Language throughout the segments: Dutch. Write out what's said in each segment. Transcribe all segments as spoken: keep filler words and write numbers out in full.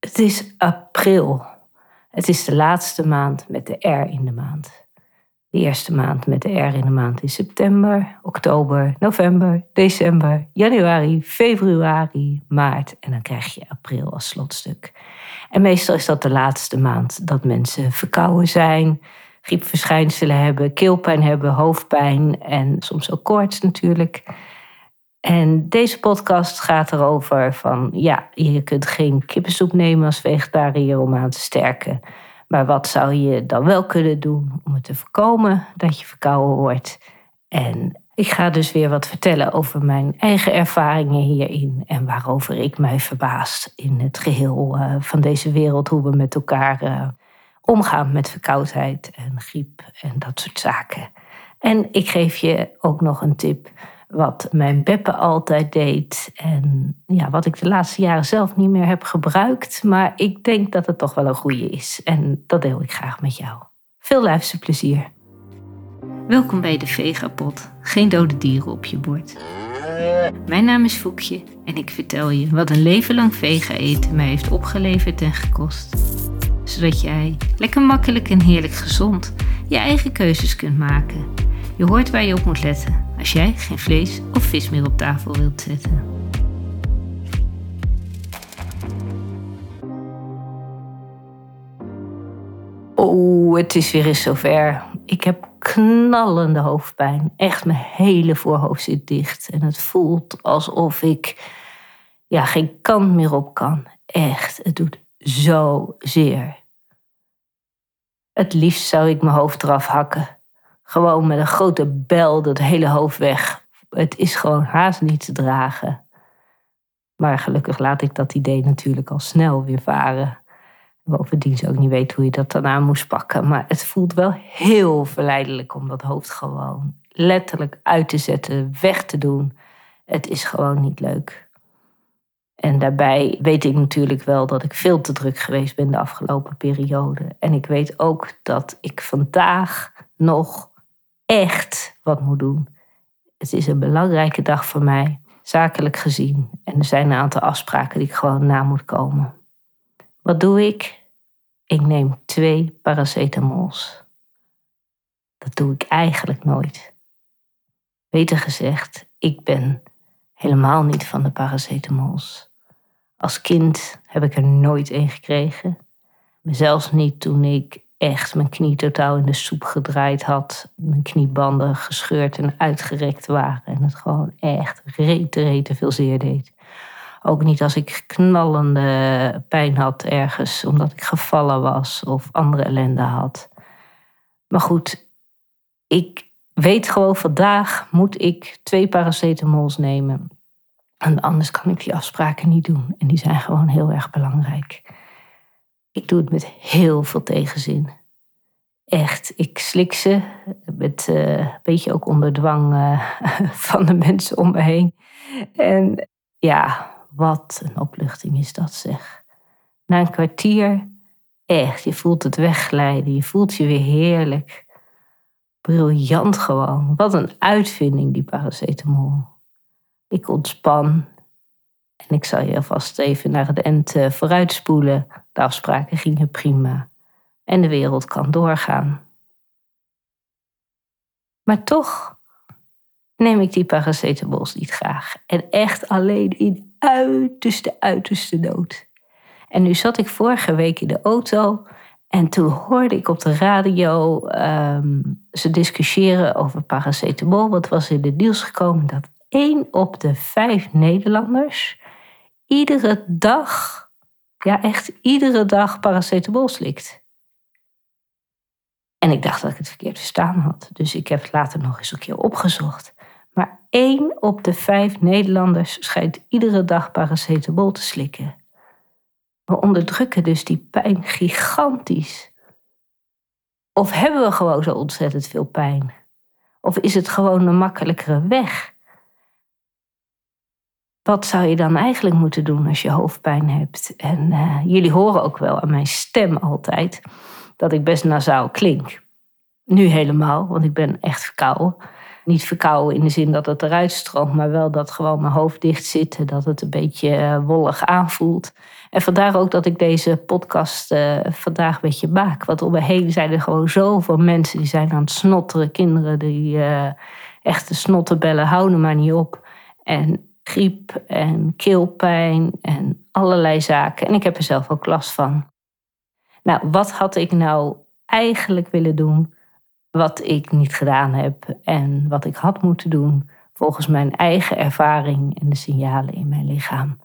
Het is april. Het is de laatste maand met de R in de maand. De eerste maand met de R in de maand is september, oktober, november, december, januari, februari, maart. En dan krijg je april als slotstuk. En meestal is dat de laatste maand dat mensen verkouden zijn, griepverschijnselen hebben, keelpijn hebben, hoofdpijn en soms ook koorts natuurlijk. En deze podcast gaat erover van, ja, je kunt geen kippensoep nemen als vegetariër om aan te sterken. Maar wat zou je dan wel kunnen doen om het te voorkomen dat je verkouden wordt? En ik ga dus weer wat vertellen over mijn eigen ervaringen hierin en waarover ik mij verbaas in het geheel uh, van deze wereld, hoe we met elkaar uh, omgaan met verkoudheid en griep en dat soort zaken. En ik geef je ook nog een tip wat mijn Beppe altijd deed en ja, wat ik de laatste jaren zelf niet meer heb gebruikt, maar ik denk dat het toch wel een goeie is en dat deel ik graag met jou. Veel luisterplezier. Welkom bij de Vegapot, geen dode dieren op je bord. Mijn naam is Foekje en ik vertel je wat een leven lang vega eten mij heeft opgeleverd en gekost. Zodat jij lekker makkelijk en heerlijk gezond je eigen keuzes kunt maken. Je hoort waar je op moet letten als jij geen vlees of vis meer op tafel wilt zetten. Oh, het is weer eens zover. Ik heb knallende hoofdpijn. Echt, mijn hele voorhoofd zit dicht. En het voelt alsof ik ja, geen kant meer op kan. Echt, het doet zo zeer. Het liefst zou ik mijn hoofd eraf hakken. Gewoon met een grote bel dat hele hoofd weg. Het is gewoon haast niet te dragen. Maar gelukkig laat ik dat idee natuurlijk al snel weer varen. Bovendien zou ik niet weten hoe je dat dan aan moest pakken. Maar het voelt wel heel verleidelijk om dat hoofd gewoon letterlijk uit te zetten, weg te doen. Het is gewoon niet leuk. En daarbij weet ik natuurlijk wel dat ik veel te druk geweest ben de afgelopen periode. En ik weet ook dat ik vandaag nog echt wat moet doen. Het is een belangrijke dag voor mij, zakelijk gezien. En er zijn een aantal afspraken die ik gewoon na moet komen. Wat doe ik? Ik neem twee paracetamols. Dat doe ik eigenlijk nooit. Beter gezegd, ik ben helemaal niet van de paracetamols. Als kind heb ik er nooit een gekregen. Zelfs niet toen ik echt mijn knie totaal in de soep gedraaid had. Mijn kniebanden gescheurd en uitgerekt waren. En het gewoon echt rete, rete veel zeer deed. Ook niet als ik knallende pijn had ergens, omdat ik gevallen was of andere ellende had. Maar goed, ik weet gewoon vandaag moet ik twee paracetamols nemen. En anders kan ik die afspraken niet doen. En die zijn gewoon heel erg belangrijk. Ik doe het met heel veel tegenzin. Echt, ik slik ze. Met uh, een beetje ook onder dwang uh, van de mensen om me heen. En ja, wat een opluchting is dat zeg. Na een kwartier, echt, je voelt het wegglijden. Je voelt je weer heerlijk. Briljant gewoon. Wat een uitvinding, die paracetamol. Ik ontspan. En ik zal je alvast even naar het eind uh, vooruitspoelen. De afspraken gingen prima. En de wereld kan doorgaan. Maar toch neem ik die paracetamols niet graag. En echt alleen in uiterste, uiterste nood. En nu zat ik vorige week in de auto. En toen hoorde ik op de radio um, ze discussiëren over paracetamol. Wat was in het nieuws gekomen dat één op de vijf Nederlanders iedere dag, ja echt iedere dag paracetamol slikt. En ik dacht dat ik het verkeerd verstaan had. Dus ik heb het later nog eens een keer opgezocht. Maar één op de vijf Nederlanders schijnt iedere dag paracetamol te slikken. We onderdrukken dus die pijn gigantisch. Of hebben we gewoon zo ontzettend veel pijn? Of is het gewoon een makkelijkere weg? Wat zou je dan eigenlijk moeten doen als je hoofdpijn hebt? En uh, jullie horen ook wel aan mijn stem altijd dat ik best nasaal klink. Nu helemaal, want ik ben echt verkouden. Niet verkouden in de zin dat het eruit stroomt, maar wel dat gewoon mijn hoofd dicht zit. Dat het een beetje uh, wollig aanvoelt. En vandaar ook dat ik deze podcast uh, vandaag een beetje maak. Want om me heen zijn er gewoon zoveel mensen die zijn aan het snotteren. Kinderen die uh, echt de snotten bellen, houden maar niet op. En griep en keelpijn en allerlei zaken. En ik heb er zelf ook last van. Nou, wat had ik nou eigenlijk willen doen wat ik niet gedaan heb en wat ik had moeten doen volgens mijn eigen ervaring en de signalen in mijn lichaam?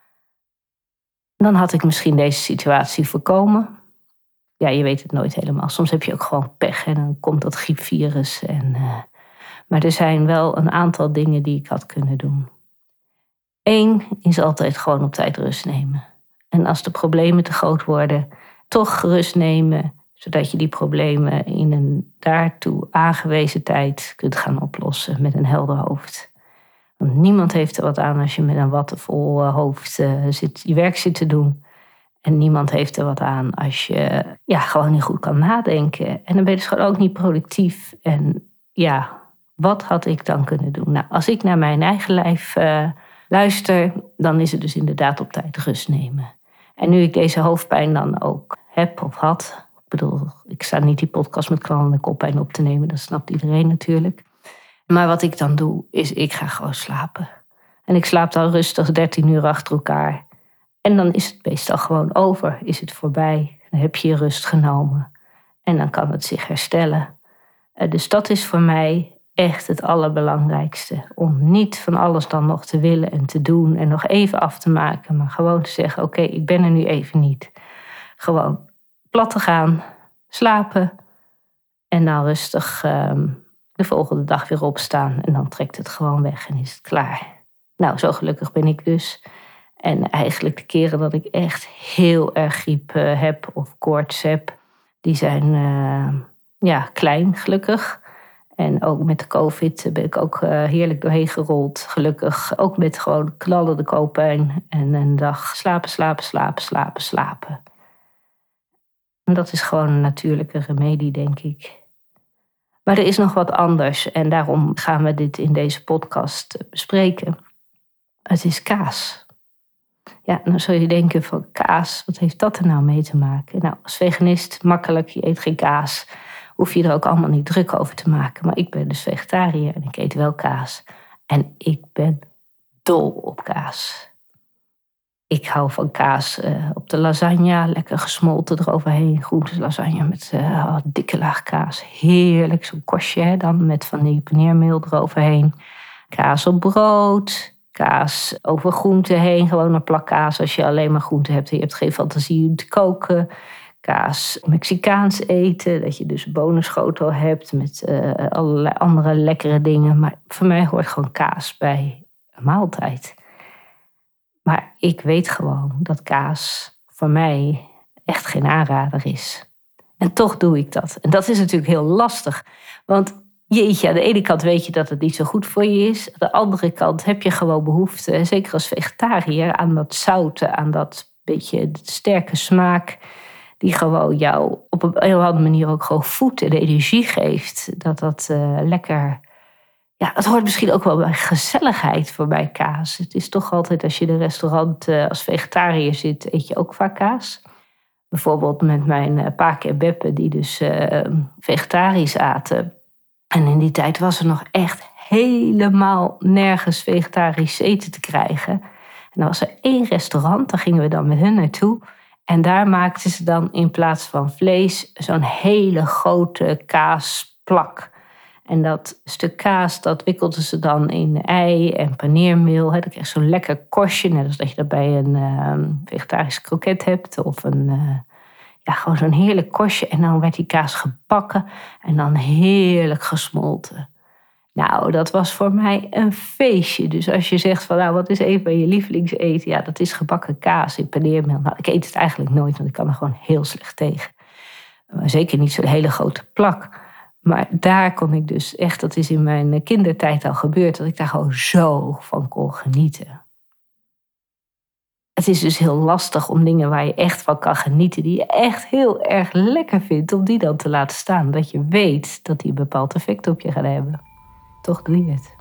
Dan had ik misschien deze situatie voorkomen. Ja, je weet het nooit helemaal. Soms heb je ook gewoon pech en dan komt dat griepvirus. En, uh, maar er zijn wel een aantal dingen die ik had kunnen doen. Eén is altijd gewoon op tijd rust nemen. En als de problemen te groot worden, toch rust nemen, zodat je die problemen in een daartoe aangewezen tijd kunt gaan oplossen met een helder hoofd. Want niemand heeft er wat aan als je met een wattenvol hoofd uh, zit, je werk zit te doen. En niemand heeft er wat aan als je ja, gewoon niet goed kan nadenken. En dan ben je dus gewoon ook niet productief. En ja, wat had ik dan kunnen doen? Nou, als ik naar mijn eigen lijf uh, luister, dan is het dus inderdaad op tijd rust nemen. En nu ik deze hoofdpijn dan ook heb of had. Ik bedoel, ik sta niet die podcast met knallende koppijn op te nemen. Dat snapt iedereen natuurlijk. Maar wat ik dan doe, is ik ga gewoon slapen. En ik slaap dan rustig dertien uur achter elkaar. En dan is het meestal gewoon over, is het voorbij. Dan heb je je rust genomen. En dan kan het zich herstellen. Dus dat is voor mij echt het allerbelangrijkste. Om niet van alles dan nog te willen en te doen en nog even af te maken. Maar gewoon te zeggen, oké, okay, ik ben er nu even niet. Gewoon plat te gaan, slapen. En dan rustig um, de volgende dag weer opstaan. En dan trekt het gewoon weg en is het klaar. Nou, zo gelukkig ben ik dus. En eigenlijk de keren dat ik echt heel erg griep uh, heb of koorts heb, die zijn uh, ja, klein gelukkig. En ook met de COVID ben ik ook uh, heerlijk doorheen gerold. Gelukkig ook met gewoon knallende koppijn. En een dag slapen, slapen, slapen, slapen, slapen. En dat is gewoon een natuurlijke remedie, denk ik. Maar er is nog wat anders. En daarom gaan we dit in deze podcast bespreken. Het is kaas. Ja, dan zul je denken van kaas, wat heeft dat er nou mee te maken? Nou, als veganist, makkelijk, je eet geen kaas. Hoef je er ook allemaal niet druk over te maken. Maar ik ben dus vegetariër en ik eet wel kaas. En ik ben dol op kaas. Ik hou van kaas uh, op de lasagne, lekker gesmolten eroverheen. Groentelasagne met uh, oh, dikke laag kaas. Heerlijk, zo'n kostje hè, dan met van die paneermeel eroverheen. Kaas op brood. Kaas over groenten heen, gewoon een plak kaas als je alleen maar groenten hebt en je hebt geen fantasie om te koken. Kaas Mexicaans eten, dat je dus een bonenschotel hebt met uh, allerlei andere lekkere dingen. Maar voor mij hoort gewoon kaas bij een maaltijd. Maar ik weet gewoon dat kaas voor mij echt geen aanrader is. En toch doe ik dat. En dat is natuurlijk heel lastig, want jeetje, aan de ene kant weet je dat het niet zo goed voor je is. Aan de andere kant heb je gewoon behoefte, zeker als vegetariër, aan dat zouten, aan dat beetje sterke smaak. Die gewoon jou op een heel andere manier ook gewoon voedt en energie geeft. Dat dat uh, lekker... Ja, het hoort misschien ook wel bij gezelligheid voor bij kaas. Het is toch altijd, als je in een restaurant uh, als vegetariër zit, eet je ook vaak kaas. Bijvoorbeeld met mijn uh, Paak en Beppe, die dus uh, vegetarisch aten. En in die tijd was er nog echt helemaal nergens vegetarisch eten te krijgen. En dan was er één restaurant, daar gingen we dan met hun naartoe. En daar maakten ze dan in plaats van vlees zo'n hele grote kaasplak. En dat stuk kaas, dat wikkelden ze dan in ei en paneermeel. Dan kreeg je zo'n lekker korstje, net als dat je dat bij een uh, vegetarische kroket hebt. Of een, uh, ja, gewoon zo'n heerlijk korstje. En dan werd die kaas gebakken en dan heerlijk gesmolten. Nou, dat was voor mij een feestje. Dus als je zegt van, nou, wat is een van je lievelingseten? Ja, dat is gebakken kaas in paneermeel. Nou, ik eet het eigenlijk nooit, want ik kan er gewoon heel slecht tegen. Maar zeker niet zo'n hele grote plak. Maar daar kon ik dus echt, dat is in mijn kindertijd al gebeurd, dat ik daar gewoon zo van kon genieten. Het is dus heel lastig om dingen waar je echt van kan genieten, die je echt heel erg lekker vindt, om die dan te laten staan. Dat je weet dat die een bepaald effect op je gaan hebben. Toch doe je het.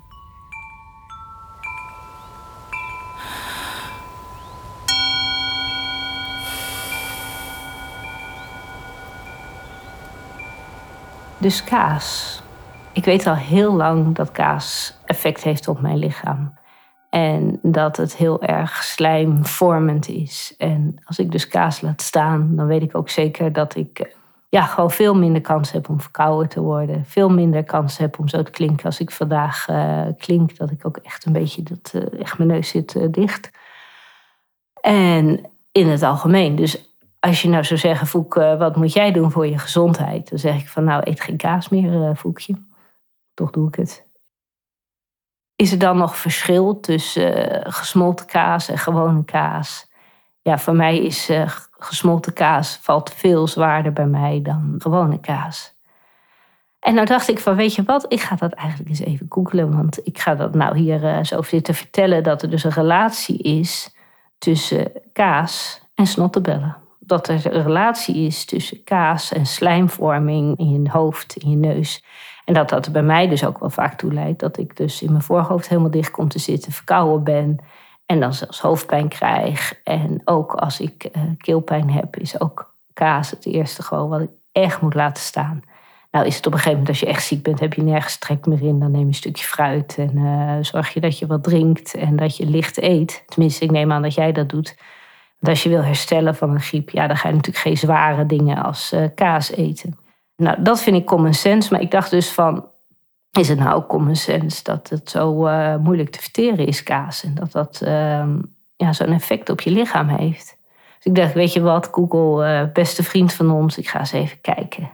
Dus kaas. Ik weet al heel lang dat kaas effect heeft op mijn lichaam. En dat het heel erg slijmvormend is. En als ik dus kaas laat staan, dan weet ik ook zeker dat ik ja, gewoon veel minder kans heb om verkouden te worden. Veel minder kans heb om zo te klinken als ik vandaag uh, klink. Dat ik ook echt een beetje, dat uh, echt mijn neus zit uh, dicht. En in het algemeen. Dus als je nou zou zeggen, Foek, uh, wat moet jij doen voor je gezondheid? Dan zeg ik van, nou, eet geen kaas meer, uh, Foekje. Toch doe ik het. Is er dan nog verschil tussen uh, gesmolten kaas en gewone kaas? Ja, voor mij is uh, gesmolten kaas valt veel zwaarder bij mij dan gewone kaas. En nou dacht ik van, weet je wat, ik ga dat eigenlijk eens even googlen. Want ik ga dat nou hier uh, zo zitten vertellen dat er dus een relatie is tussen kaas en snottebellen. Dat er een relatie is tussen kaas en slijmvorming in je hoofd, in je neus. En dat dat er bij mij dus ook wel vaak toe leidt dat ik dus in mijn voorhoofd helemaal dicht kom te zitten, verkouden ben en dan zelfs hoofdpijn krijg. En ook als ik uh, keelpijn heb, is ook kaas het eerste gewoon wat ik echt moet laten staan. Nou is het op een gegeven moment als je echt ziek bent, heb je nergens trek meer in. Dan neem je een stukje fruit en uh, zorg je dat je wat drinkt en dat je licht eet. Tenminste, ik neem aan dat jij dat doet. Want als je wil herstellen van een griep, ja, dan ga je natuurlijk geen zware dingen als uh, kaas eten. Nou, dat vind ik common sense. Maar ik dacht dus van, is het nou ook common sense dat het zo uh, moeilijk te verteren is, kaas? En dat dat uh, ja, zo'n effect op je lichaam heeft. Dus ik dacht, weet je wat, Google, uh, beste vriend van ons, ik ga eens even kijken.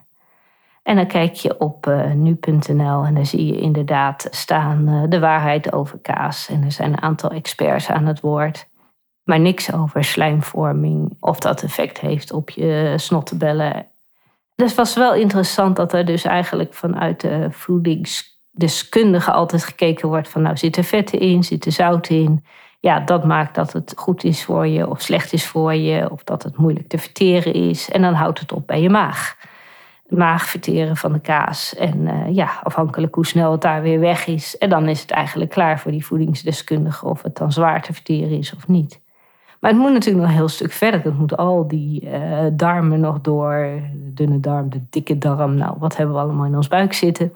En dan kijk je op uh, nu punt n l en daar zie je inderdaad staan uh, de waarheid over kaas. En er zijn een aantal experts aan het woord. Maar niks over slijmvorming of dat effect heeft op je snottebellen. Dus het was wel interessant dat er dus eigenlijk vanuit de voedingsdeskundigen altijd gekeken wordt van, nou, zitten vetten in, zitten zout in. Ja, dat maakt dat het goed is voor je of slecht is voor je of dat het moeilijk te verteren is. En dan houdt het op bij je maag. Maag verteren van de kaas en uh, ja, afhankelijk hoe snel het daar weer weg is. En dan is het eigenlijk klaar voor die voedingsdeskundige of het dan zwaar te verteren is of niet. Maar het moet natuurlijk nog een heel stuk verder. Het moet al die uh, darmen nog door. De dunne darm, de dikke darm. Nou, wat hebben we allemaal in ons buik zitten?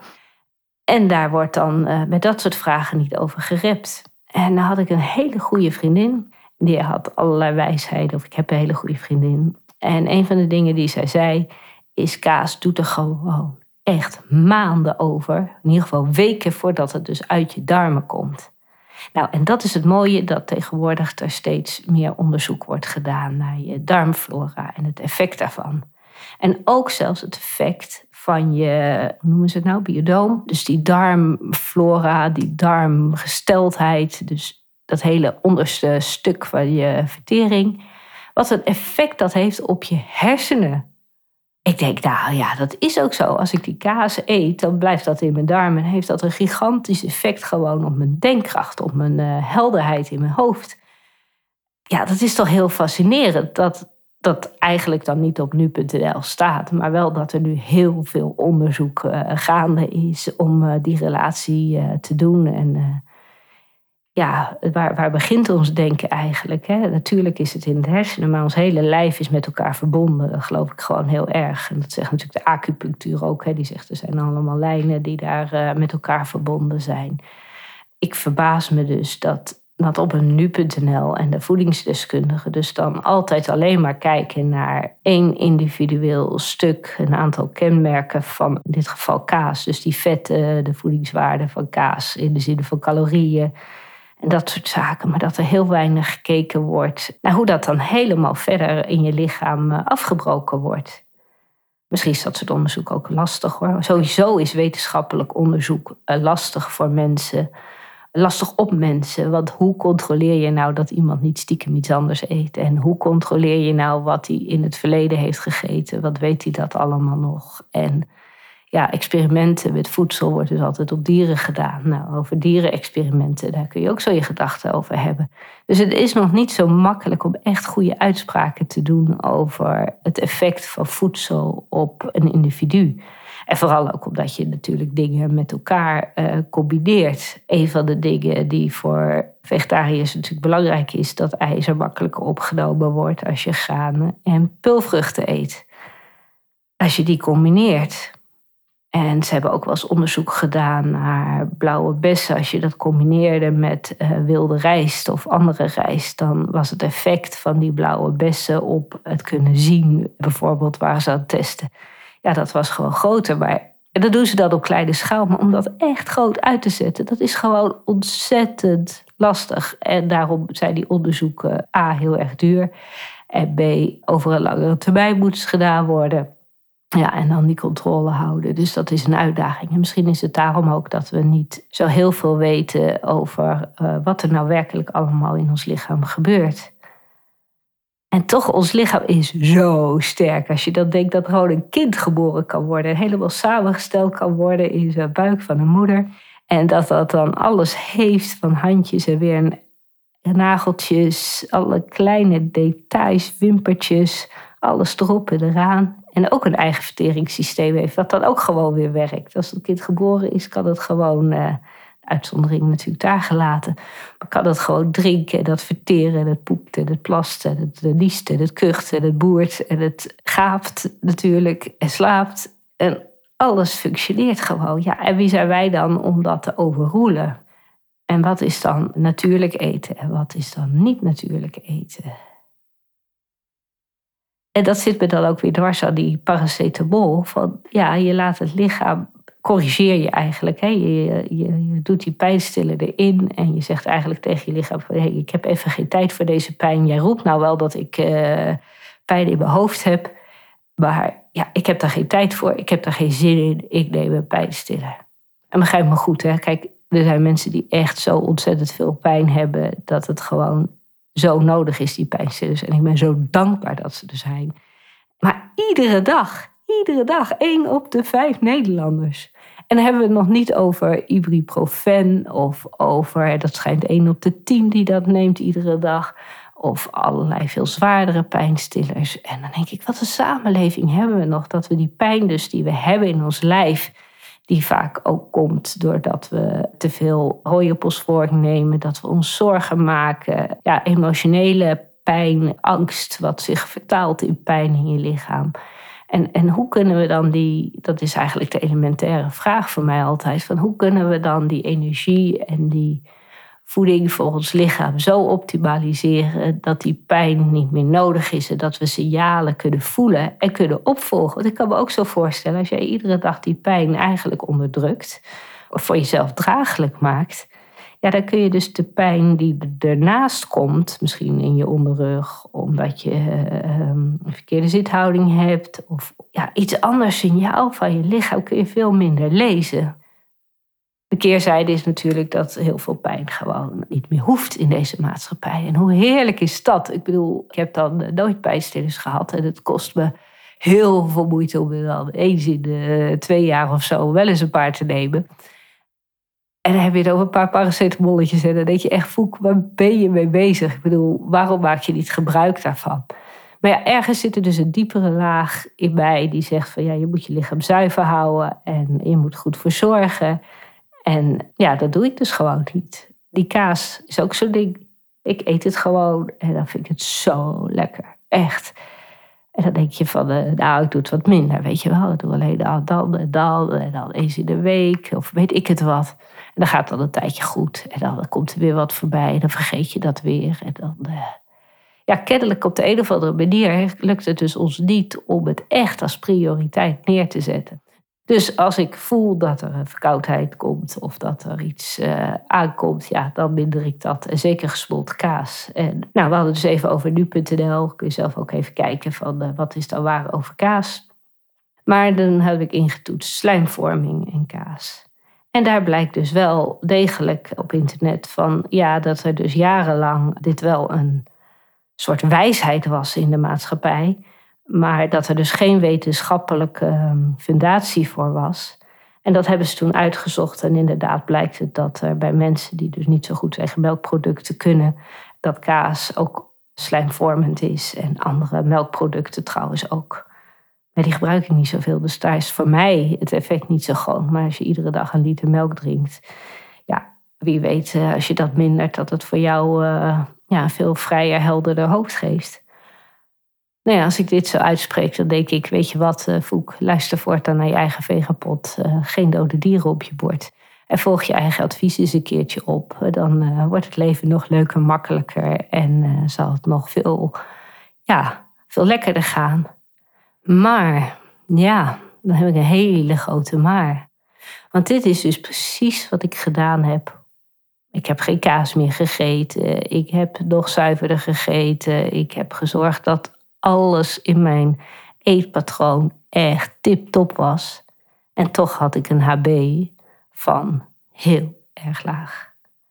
En daar wordt dan uh, met dat soort vragen niet over gerept. En dan had ik een hele goede vriendin. Die had allerlei wijsheden. Of ik heb een hele goede vriendin. En een van de dingen die zij zei is, kaas doet er gewoon echt maanden over. In ieder geval weken voordat het dus uit je darmen komt. Nou, en dat is het mooie, dat tegenwoordig er steeds meer onderzoek wordt gedaan naar je darmflora en het effect daarvan. En ook zelfs het effect van je, hoe noemen ze het nou, biodoom. Dus die darmflora, die darmgesteldheid, dus dat hele onderste stuk van je vertering. Wat een effect dat heeft op je hersenen. Ik denk, nou ja, dat is ook zo. Als ik die kaas eet, dan blijft dat in mijn darmen. En heeft dat een gigantisch effect gewoon op mijn denkkracht, op mijn uh, helderheid in mijn hoofd. Ja, dat is toch heel fascinerend. Dat dat eigenlijk dan niet op nu punt n l staat. Maar wel dat er nu heel veel onderzoek uh, gaande is om uh, die relatie uh, te doen. En uh, ja, waar, waar begint ons denken eigenlijk? Hè? Natuurlijk is het in het hersenen, maar ons hele lijf is met elkaar verbonden. Dat geloof ik gewoon heel erg. En dat zegt natuurlijk de acupunctuur ook. Hè? Die zegt, er zijn allemaal lijnen die daar uh, met elkaar verbonden zijn. Ik verbaas me dus dat, dat op een nu punt n l en de voedingsdeskundigen dus dan altijd alleen maar kijken naar één individueel stuk, een aantal kenmerken van in dit geval kaas. Dus die vetten, de voedingswaarde van kaas in de zin van calorieën. En dat soort zaken, maar dat er heel weinig gekeken wordt naar hoe dat dan helemaal verder in je lichaam afgebroken wordt. Misschien is dat soort onderzoek ook lastig hoor. Sowieso is wetenschappelijk onderzoek lastig voor mensen, lastig op mensen. Want hoe controleer je nou dat iemand niet stiekem iets anders eet? En hoe controleer je nou wat hij in het verleden heeft gegeten? Wat weet hij dat allemaal nog? En ja, experimenten met voedsel wordt dus altijd op dieren gedaan. Nou, over dierenexperimenten, daar kun je ook zo je gedachten over hebben. Dus het is nog niet zo makkelijk om echt goede uitspraken te doen over het effect van voedsel op een individu. En vooral ook omdat je natuurlijk dingen met elkaar uh, combineert. Een van de dingen die voor vegetariërs natuurlijk belangrijk is, dat ijzer makkelijker opgenomen wordt als je granen en peulvruchten eet. Als je die combineert. En ze hebben ook wel eens onderzoek gedaan naar blauwe bessen. Als je dat combineerde met uh, wilde rijst of andere rijst, dan was het effect van die blauwe bessen op het kunnen zien, bijvoorbeeld waar ze aan het testen. Ja, dat was gewoon groter. Maar en dat doen ze dan op kleine schaal. Maar om dat echt groot uit te zetten, dat is gewoon ontzettend lastig. En daarom zijn die onderzoeken A, heel erg duur. En B, over een langere termijn moeten ze gedaan worden. Ja, en dan die controle houden. Dus dat is een uitdaging. En misschien is het daarom ook dat we niet zo heel veel weten over uh, wat er nou werkelijk allemaal in ons lichaam gebeurt. En toch, ons lichaam is zo sterk. Als je dan denkt dat er gewoon een kind geboren kan worden. En helemaal samengesteld kan worden in zijn buik van een moeder. En dat dat dan alles heeft van handjes en weer nageltjes. Alle kleine details, wimpertjes. Alles erop en eraan. En ook een eigen verteringssysteem heeft. Dat dan ook gewoon weer werkt. Als het kind geboren is, kan het gewoon... Uh, uitzondering natuurlijk daar gelaten. Maar kan het gewoon drinken, dat verteren, en het poept en het plast en het niest en het kucht en het boert en het gaapt natuurlijk en slaapt. En alles functioneert gewoon. Ja, en wie zijn wij dan om dat te overroelen? En wat is dan natuurlijk eten en wat is dan niet natuurlijk eten? En dat zit me dan ook weer dwars aan die paracetamol. Van ja, je laat het lichaam... corrigeer je eigenlijk. Hè? Je, je, je doet die pijnstiller erin en je zegt eigenlijk tegen je lichaam... Hey, ik heb even geen tijd voor deze pijn. Jij roept nou wel dat ik uh, pijn in mijn hoofd heb. Maar ja, ik heb daar geen tijd voor. Ik heb daar geen zin in. Ik neem een pijnstiller. En begrijp me goed. Hè? Kijk, er zijn mensen die echt zo ontzettend veel pijn hebben... dat het gewoon zo nodig is, die pijnstillers. En ik ben zo dankbaar dat ze er zijn. Maar iedere dag... Iedere dag, één op de vijf Nederlanders. En dan hebben we het nog niet over ibuprofen of over... dat schijnt één op de tien die dat neemt iedere dag. Of allerlei veel zwaardere pijnstillers. En dan denk ik, wat een samenleving hebben we nog... dat we die pijn dus die we hebben in ons lijf... die vaak ook komt doordat we te veel hooiappelsvoor nemen... dat we ons zorgen maken. Ja, emotionele pijn, angst... wat zich vertaalt in pijn in je lichaam... En, en hoe kunnen we dan die, dat is eigenlijk de elementaire vraag voor mij altijd, van hoe kunnen we dan die energie en die voeding voor ons lichaam zo optimaliseren dat die pijn niet meer nodig is en dat we signalen kunnen voelen en kunnen opvolgen. Want ik kan me ook zo voorstellen, als jij iedere dag die pijn eigenlijk onderdrukt of voor jezelf draaglijk maakt, ja, dan kun je dus de pijn die ernaast komt, misschien in je onderrug, omdat je uh, een verkeerde zithouding hebt, of ja, iets anders signaal van je lichaam, kun je veel minder lezen. De keerzijde is natuurlijk dat heel veel pijn gewoon niet meer hoeft in deze maatschappij. En hoe heerlijk is dat? Ik bedoel, ik heb dan nooit pijnstillers gehad en het kost me heel veel moeite om er dan eens in de twee jaar of zo wel eens een paar te nemen. En dan heb je het over een paar paracetamolletjes en dan denk je echt, Foek, waar ben je mee bezig? Ik bedoel, waarom maak je niet gebruik daarvan? Maar ja, ergens zit er dus een diepere laag in mij die zegt van ja, je moet je lichaam zuiver houden en je moet goed verzorgen. En ja, dat doe ik dus gewoon niet. Die kaas is ook zo'n ding. Ik eet het gewoon en dan vind ik het zo lekker. Echt. En dan denk je van, uh, nou, ik doe het wat minder, weet je wel. Ik doe alleen dan, dan en dan en dan eens in de week of weet ik het wat. En dan gaat het dan een tijdje goed. En dan komt er weer wat voorbij en dan vergeet je dat weer. En dan, uh... ja, kennelijk op de een of andere manier lukt het dus ons niet om het echt als prioriteit neer te zetten. Dus als ik voel dat er een verkoudheid komt of dat er iets uh, aankomt, ja, dan minder ik dat. En zeker gesmolten kaas. En nou, we hadden dus even over nu punt n l. Kun je zelf ook even kijken van uh, wat is dan waar over kaas. Maar dan heb ik ingetoetst slijmvorming en kaas. En daar blijkt dus wel degelijk op internet van ja, dat er dus jarenlang dit wel een soort wijsheid was in de maatschappij. Maar dat er dus geen wetenschappelijke fundatie voor was. En dat hebben ze toen uitgezocht. En inderdaad blijkt het dat er bij mensen die dus niet zo goed tegen melkproducten kunnen, dat kaas ook slijmvormend is. En andere melkproducten trouwens ook. Maar die gebruik ik niet zoveel. Dus daar is voor mij het effect niet zo groot. Maar als je iedere dag een liter melk drinkt, ja, wie weet als je dat mindert, dat het voor jou uh, ja, een veel vrijer, helderder hoofd geeft. Nou ja, als ik dit zo uitspreek, dan denk ik, weet je wat, uh, Foek, luister voortaan naar je eigen vegapot. Uh, geen dode dieren op je bord. En volg je eigen advies eens een keertje op. Dan uh, wordt het leven nog leuker, makkelijker en uh, zal het nog veel, ja, veel lekkerder gaan. Maar, ja, dan heb ik een hele grote maar. Want dit is dus precies wat ik gedaan heb. Ik heb geen kaas meer gegeten. Ik heb nog zuiverder gegeten. Ik heb gezorgd dat alles in mijn eetpatroon echt tip-top was. En toch had ik een H B van heel erg laag.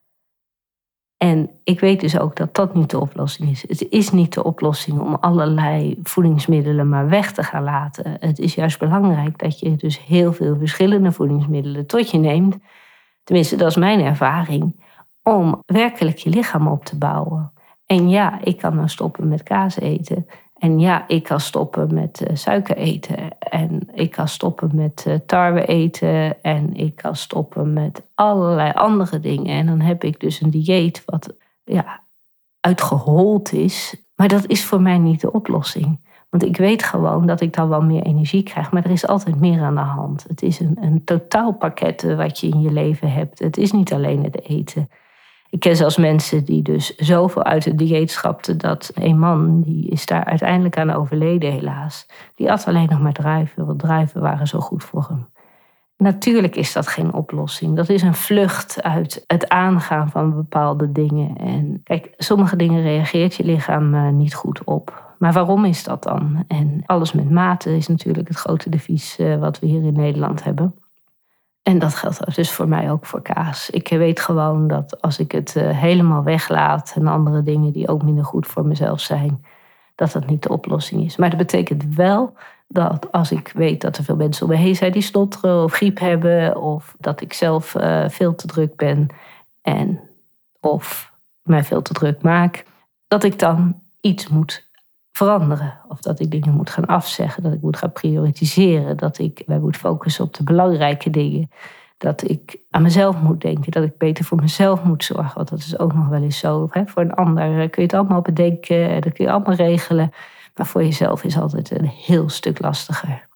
En ik weet dus ook dat dat niet de oplossing is. Het is niet de oplossing om allerlei voedingsmiddelen maar weg te gaan laten. Het is juist belangrijk dat je dus heel veel verschillende voedingsmiddelen tot je neemt. Tenminste, dat is mijn ervaring. Om werkelijk je lichaam op te bouwen. En ja, ik kan dan stoppen met kaas eten. En ja, ik kan stoppen met uh, suiker eten. En ik kan stoppen met uh, tarwe eten. En ik kan stoppen met allerlei andere dingen. En dan heb ik dus een dieet wat ja, uitgehold is. Maar dat is voor mij niet de oplossing. Want ik weet gewoon dat ik dan wel meer energie krijg. Maar er is altijd meer aan de hand. Het is een, een totaalpakket wat je in je leven hebt. Het is niet alleen het eten. Ik ken zelfs mensen die dus zoveel uit het dieet schapten dat een man, die is daar uiteindelijk aan overleden helaas. Die at alleen nog maar druiven, want druiven waren zo goed voor hem. Natuurlijk is dat geen oplossing. Dat is een vlucht uit het aangaan van bepaalde dingen. En kijk, sommige dingen reageert je lichaam niet goed op. Maar waarom is dat dan? En alles met mate is natuurlijk het grote devies wat we hier in Nederland hebben. En dat geldt dus voor mij ook voor kaas. Ik weet gewoon dat als ik het helemaal weglaat en andere dingen die ook minder goed voor mezelf zijn, dat dat niet de oplossing is. Maar dat betekent wel dat als ik weet dat er veel mensen om me heen zijn die stotteren of griep hebben, of dat ik zelf uh, veel te druk ben en of mij veel te druk maak, dat ik dan iets moet veranderen. Of dat ik dingen moet gaan afzeggen, dat ik moet gaan prioritiseren, dat ik mij moet focussen op de belangrijke dingen. Dat ik aan mezelf moet denken, dat ik beter voor mezelf moet zorgen. Want dat is ook nog wel eens zo. Hè? Voor een ander kun je het allemaal bedenken, dat kun je allemaal regelen. Maar voor jezelf is altijd een heel stuk lastiger.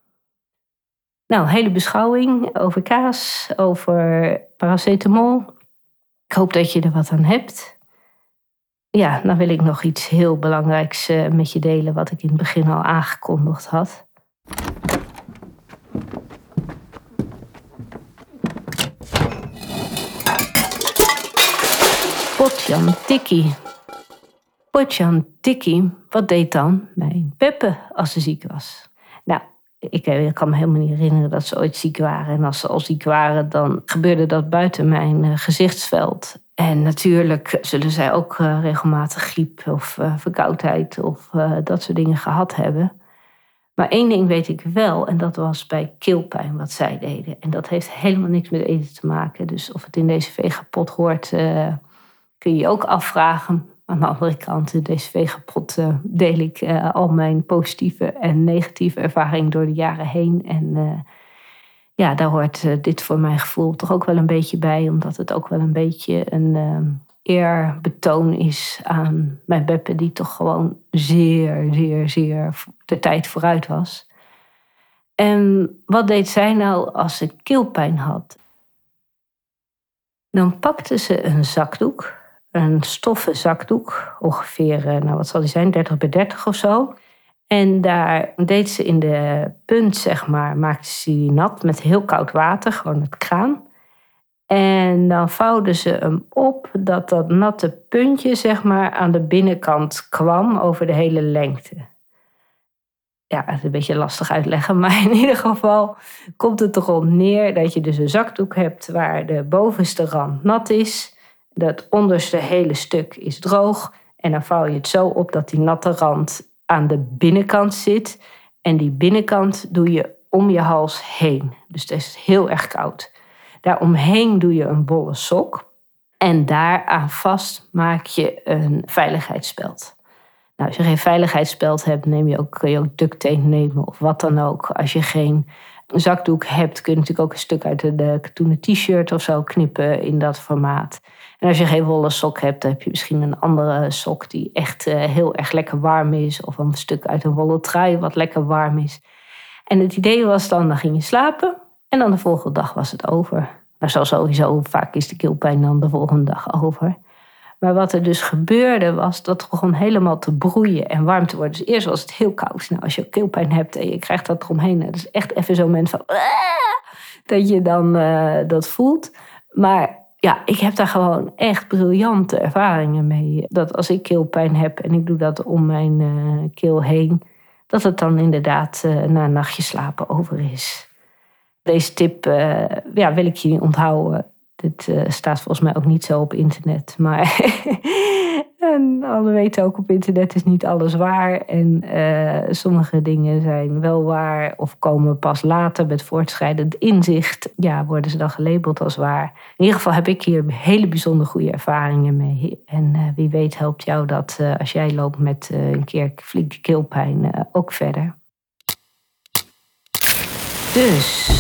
Nou, hele beschouwing over kaas, over paracetamol. Ik hoop dat je er wat aan hebt. Ja, dan wil ik nog iets heel belangrijks met je delen, wat ik in het begin al aangekondigd had. Potjandikkie. Potjandikkie, wat deed dan mijn Peppe als ze ziek was? Nou, ik, ik kan me helemaal niet herinneren dat ze ooit ziek waren. En als ze al ziek waren, dan gebeurde dat buiten mijn uh, gezichtsveld. En natuurlijk zullen zij ook uh, regelmatig griep of uh, verkoudheid of uh, dat soort dingen gehad hebben. Maar één ding weet ik wel, en dat was bij keelpijn wat zij deden. En dat heeft helemaal niks met eten te maken. Dus of het in deze vegapot hoort, uh, kun je je ook afvragen. Aan de andere kant, in deze vegapot uh, deel ik uh, al mijn positieve en negatieve ervaring door de jaren heen. En uh, ja, daar hoort uh, dit voor mijn gevoel toch ook wel een beetje bij. Omdat het ook wel een beetje een uh, eerbetoon is aan mijn Beppe, die toch gewoon zeer, zeer, zeer de tijd vooruit was. En wat deed zij nou als ze keelpijn had? Dan pakte ze een zakdoek. Een stoffen zakdoek, ongeveer, nou wat zal die zijn, dertig bij dertig of zo. En daar deed ze in de punt, zeg maar, maakte ze die nat met heel koud water, gewoon het kraan. En dan vouwde ze hem op dat dat natte puntje, zeg maar, aan de binnenkant kwam over de hele lengte. Ja, het is een beetje lastig uitleggen, maar in ieder geval komt het erop neer dat je dus een zakdoek hebt waar de bovenste rand nat is. Dat onderste hele stuk is droog. En dan vouw je het zo op dat die natte rand aan de binnenkant zit. En die binnenkant doe je om je hals heen. Dus dat is heel erg koud. Daaromheen doe je een bolle sok. En daaraan vast maak je een veiligheidsspeld. Nou, als je geen veiligheidsspeld hebt, neem je ook, kun je ook duct tape nemen of wat dan ook. Als je geen zakdoek hebt, kun je natuurlijk ook een stuk uit een katoenen t-shirt of zo knippen in dat formaat. En als je geen wollen sok hebt, dan heb je misschien een andere sok die echt uh, heel erg lekker warm is. Of een stuk uit een wollen trui wat lekker warm is. En het idee was dan, dan ging je slapen en dan de volgende dag was het over. Nou, zo sowieso, vaak is de keelpijn dan de volgende dag over. Maar wat er dus gebeurde was dat het begon helemaal te broeien en warm te worden. Dus eerst was het heel koud. Nou, als je keelpijn hebt en je krijgt dat eromheen, dat is echt even zo'n moment van dat je dan uh, dat voelt. Maar ja, ik heb daar gewoon echt briljante ervaringen mee. Dat als ik keelpijn heb en ik doe dat om mijn uh, keel heen, dat het dan inderdaad uh, na een nachtje slapen over is. Deze tip uh, ja, wil ik je niet onthouden. Dit uh, staat volgens mij ook niet zo op internet. Maar en we weten ook, op internet is niet alles waar. En uh, sommige dingen zijn wel waar of komen pas later met voortschrijdend inzicht. Ja, worden ze dan gelabeld als waar. In ieder geval heb ik hier hele bijzonder goede ervaringen mee. En uh, wie weet helpt jou dat uh, als jij loopt met uh, een keer flinke keelpijn uh, ook verder. Dus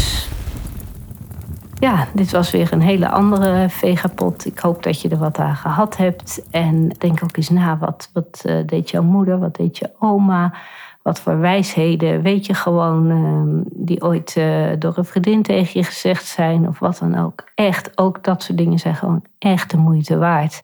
ja, dit was weer een hele andere Vegapod. Ik hoop dat je er wat aan gehad hebt. En denk ook eens na, wat, wat uh, deed jouw moeder, wat deed je oma? Wat voor wijsheden weet je gewoon uh, die ooit uh, door een vriendin tegen je gezegd zijn of wat dan ook. Echt, ook dat soort dingen zijn gewoon echt de moeite waard.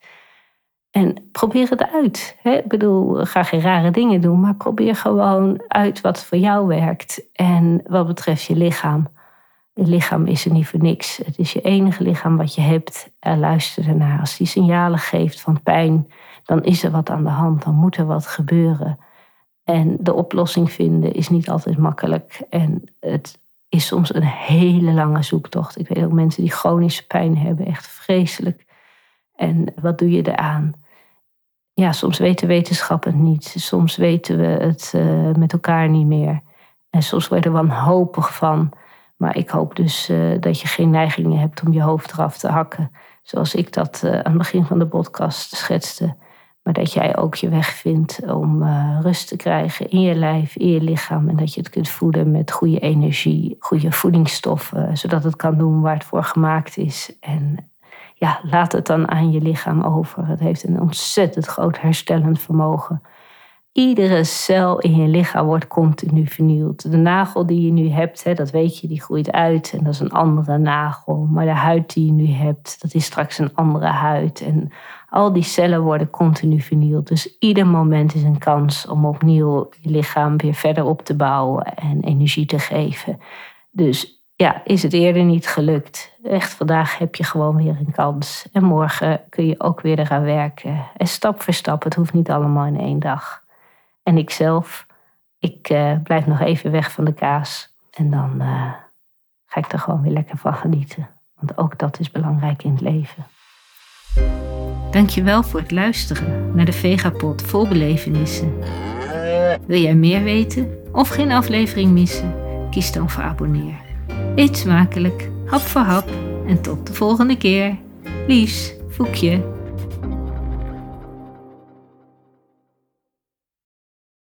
En probeer het uit. Hè? Ik bedoel, ga geen rare dingen doen, maar probeer gewoon uit wat voor jou werkt. En wat betreft je lichaam. Je lichaam is er niet voor niks. Het is je enige lichaam wat je hebt. En luister ernaar. Als die signalen geeft van pijn, dan is er wat aan de hand. Dan moet er wat gebeuren. En de oplossing vinden is niet altijd makkelijk. En het is soms een hele lange zoektocht. Ik weet ook mensen die chronische pijn hebben. Echt vreselijk. En wat doe je eraan? Ja, soms weten wetenschap het niet. Soms weten we het uh, met elkaar niet meer. En soms word je er wanhopig van. Maar ik hoop dus uh, dat je geen neigingen hebt om je hoofd eraf te hakken. Zoals ik dat uh, aan het begin van de podcast schetste. Maar dat jij ook je weg vindt om uh, rust te krijgen in je lijf, in je lichaam. En dat je het kunt voeden met goede energie, goede voedingsstoffen. Zodat het kan doen waar het voor gemaakt is. En ja, laat het dan aan je lichaam over. Het heeft een ontzettend groot herstellend vermogen. Iedere cel in je lichaam wordt continu vernieuwd. De nagel die je nu hebt, hè, dat weet je, die groeit uit. En dat is een andere nagel. Maar de huid die je nu hebt, dat is straks een andere huid. En al die cellen worden continu vernieuwd. Dus ieder moment is een kans om opnieuw je lichaam weer verder op te bouwen en energie te geven. Dus ja, is het eerder niet gelukt. Echt, vandaag heb je gewoon weer een kans. En morgen kun je ook weer eraan werken. En stap voor stap, het hoeft niet allemaal in één dag. En ikzelf, ik uh, blijf nog even weg van de kaas. En dan uh, ga ik er gewoon weer lekker van genieten. Want ook dat is belangrijk in het leven. Dankjewel voor het luisteren naar de Vegapod vol belevenissen. Wil jij meer weten of geen aflevering missen? Kies dan voor abonneer. Eet smakelijk, hap voor hap en tot de volgende keer. Liefs, Foekje.